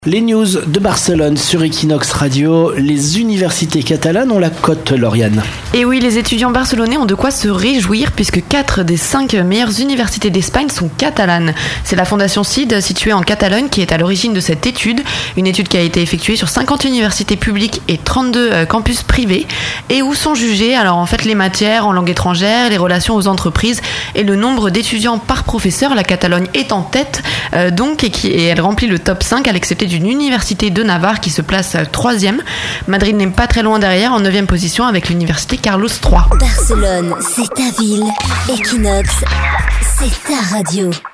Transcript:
Les news de Barcelone sur Equinox Radio. Les universités catalanes ont la cote, Lauriane. Et oui, les étudiants barcelonais ont de quoi se réjouir puisque 4 des 5 meilleures universités d'Espagne sont catalanes. C'est la fondation CID, située en Catalogne, qui est à l'origine de cette étude. Une étude qui a été effectuée sur 50 universités publiques et 32 campus privés et où sont jugées les matières en langue étrangère, les relations aux entreprises et le nombre d'étudiants par professeur. La Catalogne est en tête et elle remplit le top 5 à l'excepté d'une université de Navarre qui se place 3e. Madrid n'est pas très loin derrière, en 9e position avec l'université Carlos III. Barcelone, c'est ta ville. Equinox, c'est ta radio.